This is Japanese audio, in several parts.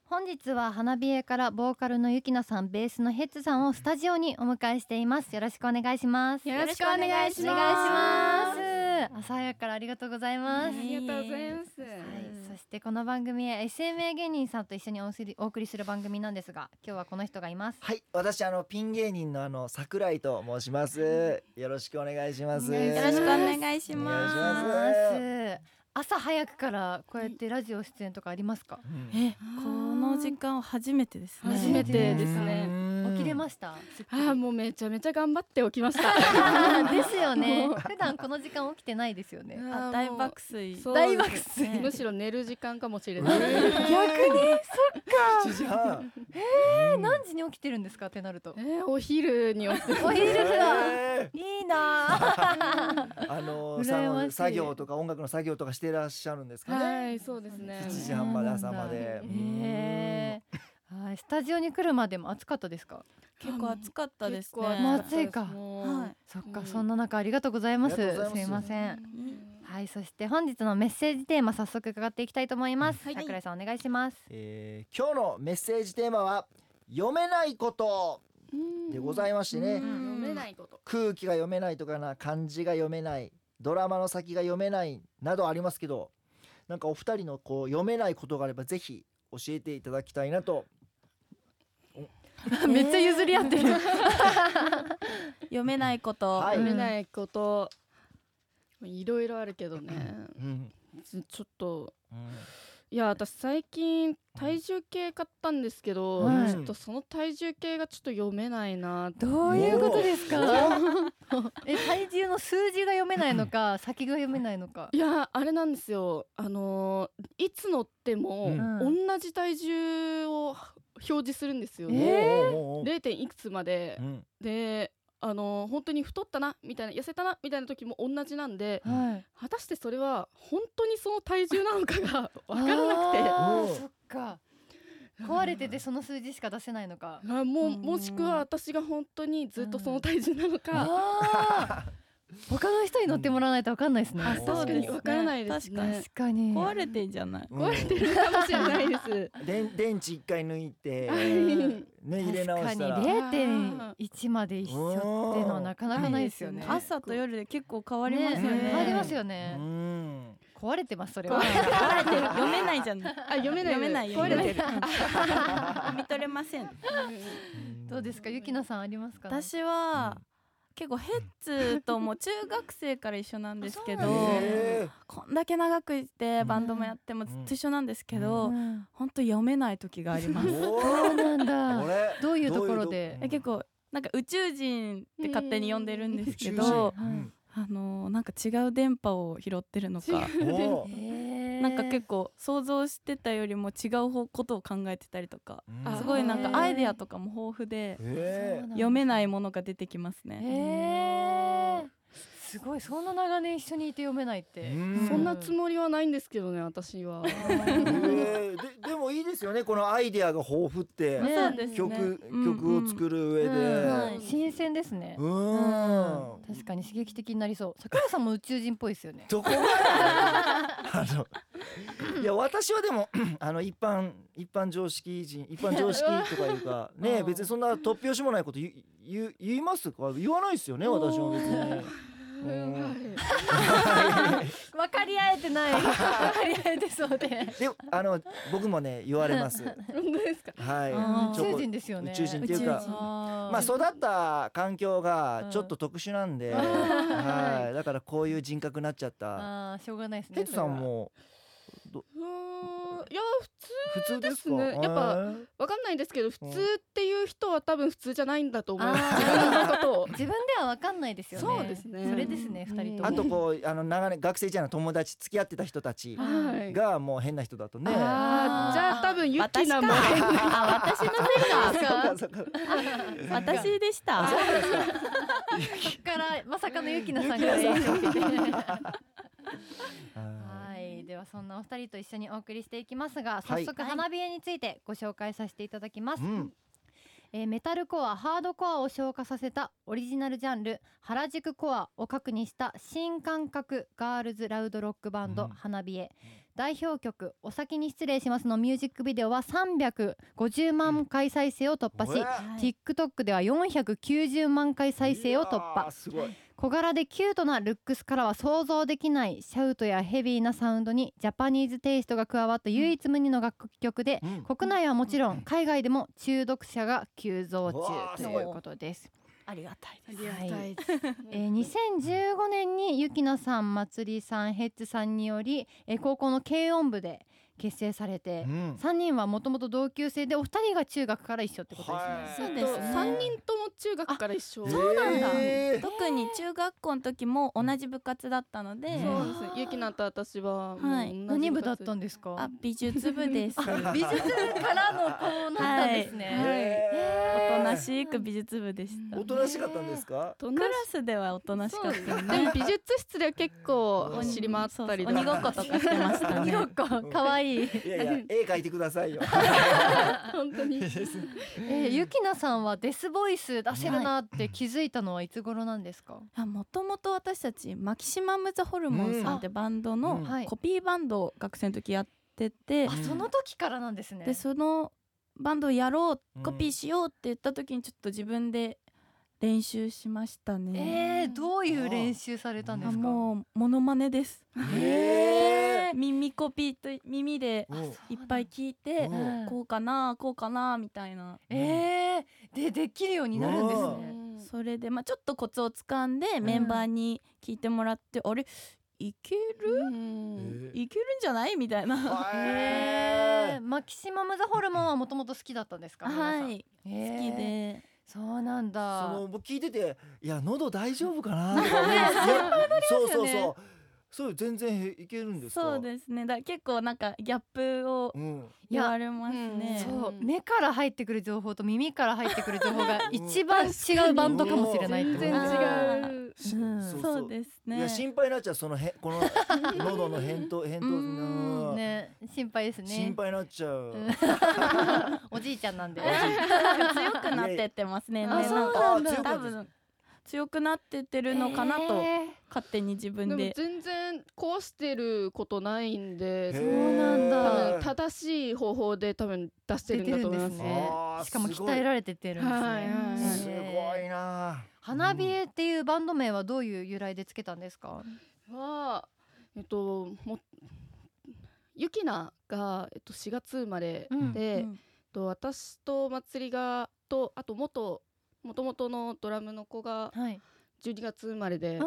本日は花冷えからボーカルのゆきなさん、ベースのヘッツさんをスタジオにお迎えしています。よろしくお願いします。 よろしくお願いします。 お願いします。朝早くからありがとうございます。 ありがとうございます。 はい、そしてこの番組は SMA 芸人さんと一緒にお送りする番組なんですが、今日はこの人がいます。 はい、私ピン芸人の桜井と申します。よろしくお願いします。 よろしくお願いします。 お願いします。 朝早くからこうやってラジオ出演とかありますか？ この時間は初めてですね。 初めてですね。 起きれました？ もうめちゃめちゃ頑張って起きましたですよね。普段この時間起きてないですよね。 大爆睡。 大爆睡。 むしろ寝る時間かもしれない。 逆にそっか。 7時半。 何時に起きてるんですかってなると。 お昼に起きてる。 お昼だ。いいな。 作業とか音楽の作業とかしてらっしゃるんですかね。 はい、そうですね。 7時半まで朝まで。 はい、スタジオに来るまでも暑かったですか？ 結構暑かったですね。 暑いか。はい。そっか、そんな中ありがとうございます。すいません。はい、そして本日のメッセージテーマ早速伺っていきたいと思います。桜井さんお願いします。 今日のメッセージテーマは読めないことでございましてね。 読めないこと。 空気が読めないとかな、漢字が読めない、ドラマの先が読めないなどありますけど、なんかお二人のこう読めないことがあればぜひ教えていただきたいなと。 めっちゃ譲り合ってる。 読めないこと、 読めないこといろいろあるけどね、ちょっと、いや私最近体重計買ったんですけど、ちょっとその体重計がちょっと読めないな。 どういうことですか？体重の数字が読めないのか先が読めないのか。 いやあれなんですよ、いつ乗っても同じ体重を表示するんですよね。0. いくつまで、で本当に太ったなみたいな、痩せたなみたいな時も同じなんで、果たしてそれは本当にその体重なのかが分からなくて。 そっか、壊れててその数字しか出せないのか、 もしくは私が本当にずっとその体重なのか、 他の人に乗ってもらわないと分かんないですね。 確かに分からないですね。 確かに壊れてんじゃない？ 壊れてるかもしれないです。 電池一回抜いて入れ直したら確かに 0.1 まで一緒ってのはなかなかないですよね。 朝と夜で結構変わりますよね。 変わりますよね。壊れてます。それは壊れてる。読めないじゃん。 読めない壊れてる。読み取れません。 どうですか、ゆきなさんありますか？ 私は結構ヘッツとも中学生から一緒なんですけど、こんだけ長くいてバンドもやってもずっと一緒なんですけど、本当読めない時があります。 そうなんだ。どういうところで？ 結構なんか宇宙人って勝手に呼んでるんですけど、なんか違う電波を拾ってるのか、なんか結構想像してたよりも違うことを考えてたりとか、すごいなんかアイデアとかも豊富で読めないものが出てきますね。 すごい、そんな長年一緒にいて読めないって。 そんなつもりはないんですけどね、私は。 でもいいですよね、このアイデアが豊富って。曲を作る上で新鮮ですね。確かに刺激的になりそう。桜井さんも宇宙人っぽいですよね。 どこがいや私はでも一般常識人、一般常識とかいうかね、別にそんな突拍子もないこと言いますか？言わないですよね、私も別に。 分かり合えてない。分かり合えてそうで。 で僕もね言われます。 本当ですか？ はい。 宇宙人ですよね。 宇宙人っていうか、まあ育った環境がちょっと特殊なんで、はい。だからこういう人格になっちゃった。 しょうがないですね。 テツさんもいや普通ですね。やっぱわかんないんですけど、普通っていう人は多分普通じゃないんだと思う。 自分ではわかんないですよね。 そうですね。 それですね、二人とも。 あとこう長年学生時代の友達付き合ってた人たちがもう変な人だとね。 じゃあ多分ユキナも変な。 私のせいか。私でした。 そっからまさかのユキナさんが影響を受けて。はい、ではそんなお二人と一緒にお送りしていきますが、早速花冷えについてご紹介させていただきます。メタルコア、ハードコアを昇華させたオリジナルジャンル原宿コアを核にした新感覚ガールズラウドロックバンド、花冷え。 代表曲お先に失礼しますのミュージックビデオは350万回再生を突破し、TikTok では490万回再生を突破。 すごい。 小柄でキュートなルックスからは想像できないシャウトやヘビーなサウンドにジャパニーズテイストが加わった唯一無二の楽曲で、国内はもちろん海外でも中毒者が急増中ということです。 ありがたいです。 2015年にゆきなさん、まつりさん、ヘッツさんにより、高校の軽音部で結成されて、3人はもともと同級生でお二人が中学から一緒ってことですね。 そうですね。3人とも中学から一緒。 そうなんだ。 特に中学校の時も同じ部活だったので、 そうです。ゆきなと私は何部だったんですか？ 美術部です。 美術部からのこうなったんですね。 おとなしく美術部でした。 おとなしかったんですか？ クラスではおとなしかったよね。 でも美術室では結構走り回ったり鬼ごっことかしてましたね。 鬼ごっこ可愛い。 いやいや、絵描いてくださいよ。 本当に。 ゆきなさんはデスボイス出せるなって気づいたのはいつ頃なんですか？ もともと私たちマキシマムザホルモンさんってバンドのコピーバンドを学生の時やってて、 その時からなんですね。 でそのバンドをやろう、コピーしようって言った時にちょっと自分で練習しましたね。 どういう練習されたんですか？ もうモノマネです。耳コピーと耳でいっぱい聞いて、こうかなこうかなみたいな。 でできるようになるんですね。 それでちょっとコツをつかんでメンバーに聞いてもらって、あれいけるいけるんじゃないみたいな。 マキシマムザホルモンはもともと好きだったんですか？ はい、好きで。 そうなんだ。 僕聞いてて、いや喉大丈夫かなとか思うんですよ。そう全然いけるんですか？ そうですね。結構なんかギャップを言われますね。 そう目から入ってくる情報と耳から入ってくる情報が一番違うバンドかもしれないって。 全然違う。 そうですね。 いや心配になっちゃう、この喉の返答ね、心配ですね。 心配になっちゃう。 おじいちゃんなんで強くなってってますね。なんか多分強くなってってるのかなと勝手に自分で。 でも全然壊してることないんで、 そうなんだ。 多分正しい方法で多分出してるんだと思います。 しかも鍛えられてってるんですね。 すごいな。 花冷えっていうバンド名はどういう由来でつけたんですか？ ゆきなが4月生まれで、私とまつりがとあともともとのドラムの子が12月生まれで、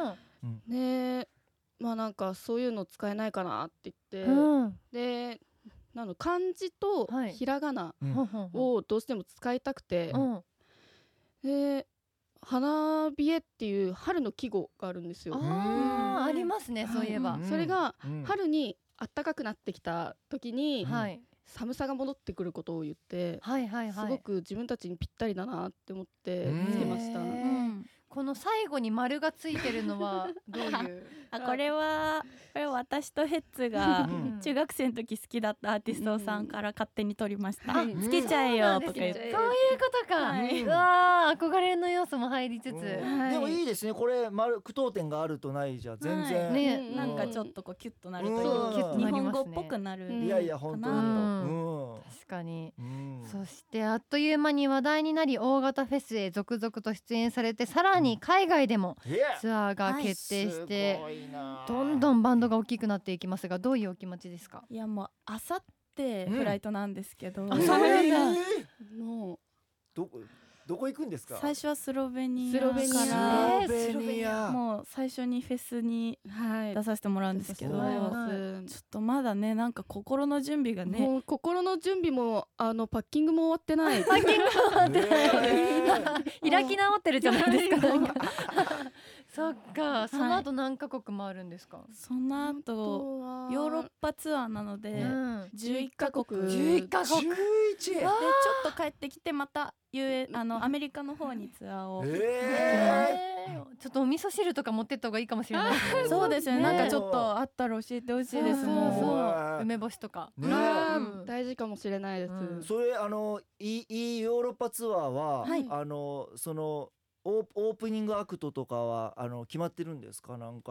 なんかそういうの使えないかなって言って、で漢字とひらがなをどうしても使いたくて、で花冷えっていう春の季語があるんですよ。 ありますね、そういえば。 それが春に暖かくなってきた時に寒さが戻ってくることを言って、すごく自分たちにぴったりだなって思ってつけました。 この最後に丸がついてるのはどういう？ これは私とヘッツが中学生の時好きだったアーティストさんから勝手に取りました。つけちゃえよとか言って。 そういうことか。うわー、憧れの要素も入りつつ。でもいいですね。これ句読点があるとないじゃ全然ね、なんかちょっとこうキュッとなるという日本語っぽくなる。 いやいや本当に。 確かに。そしてあっという間に話題になり、大型フェスへ続々と出演されて、さらに海外でもツアーが決定して、どんどんバンドが大きくなっていきますが、どういうお気持ちですか？ いやもうあさってフライトなんですけど、 そうなんだ。 もうどこ行くんですか？ 最初はスロベニアからもう最初にフェスに出させてもらうんですけど、ちょっとまだね、なんか心の準備がね、 もう心の準備もパッキングも終わってない。 パッキングも終わってない開き直ってるじゃないですか。そっか。その後何カ国もあるんですか？ その後ヨーロッパツアーなので11カ国。 11カ国。 でちょっと帰ってきてまたアメリカの方にツアーを。 ちょっとお味噌汁とか持ってった方がいいかもしれないですね。 そうですね。なんかちょっとあったら教えてほしいですもん。梅干しとか。 大事かもしれないです。 それヨーロッパツアーはそのオープニングアクトとかは決まってるんですか？なんか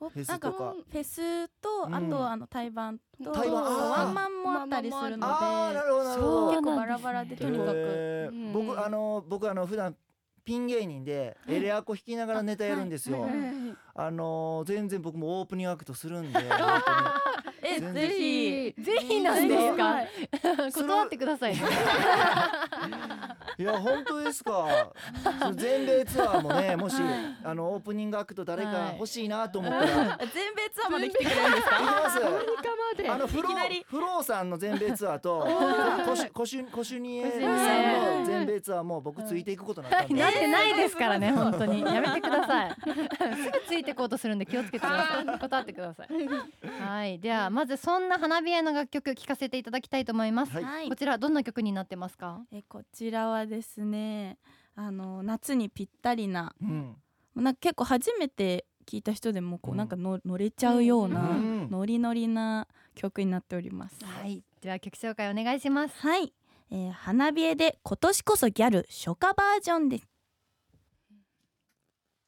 フェスとか。 フェスとあと対バンと対バンワンマンもあったりするので、 あーなるほどなるほど。 結構バラバラでとにかく僕普段ピン芸人でエレアコ弾きながらネタやるんですよ。全然僕もオープニングアクトするんで。 ぜひなんですか。断ってくださいね。 いや本当ですか。全米ツアーもね、もしオープニングアクト誰か欲しいなと思ったら、 全米ツアーまで来てくれるんですか。 行きます。フローさんの全米ツアーとコシュニエさんの全米ツアーも僕ついていくことになったんで。 なってないですからね、本当にやめてください。すぐついてこうとするんで気をつけてください。断ってください。はい、ではまずそんな花火への楽曲聴かせていただきたいと思います。こちらどんな曲になってますか。 こちらはですね、夏にぴったりな、なんか結構初めて聞いた人でもこうなんか乗れちゃうようなノリノリな曲になっております。 はい、では曲紹介お願いします。 はい、花冷えで今年こそギャル初夏バージョンです。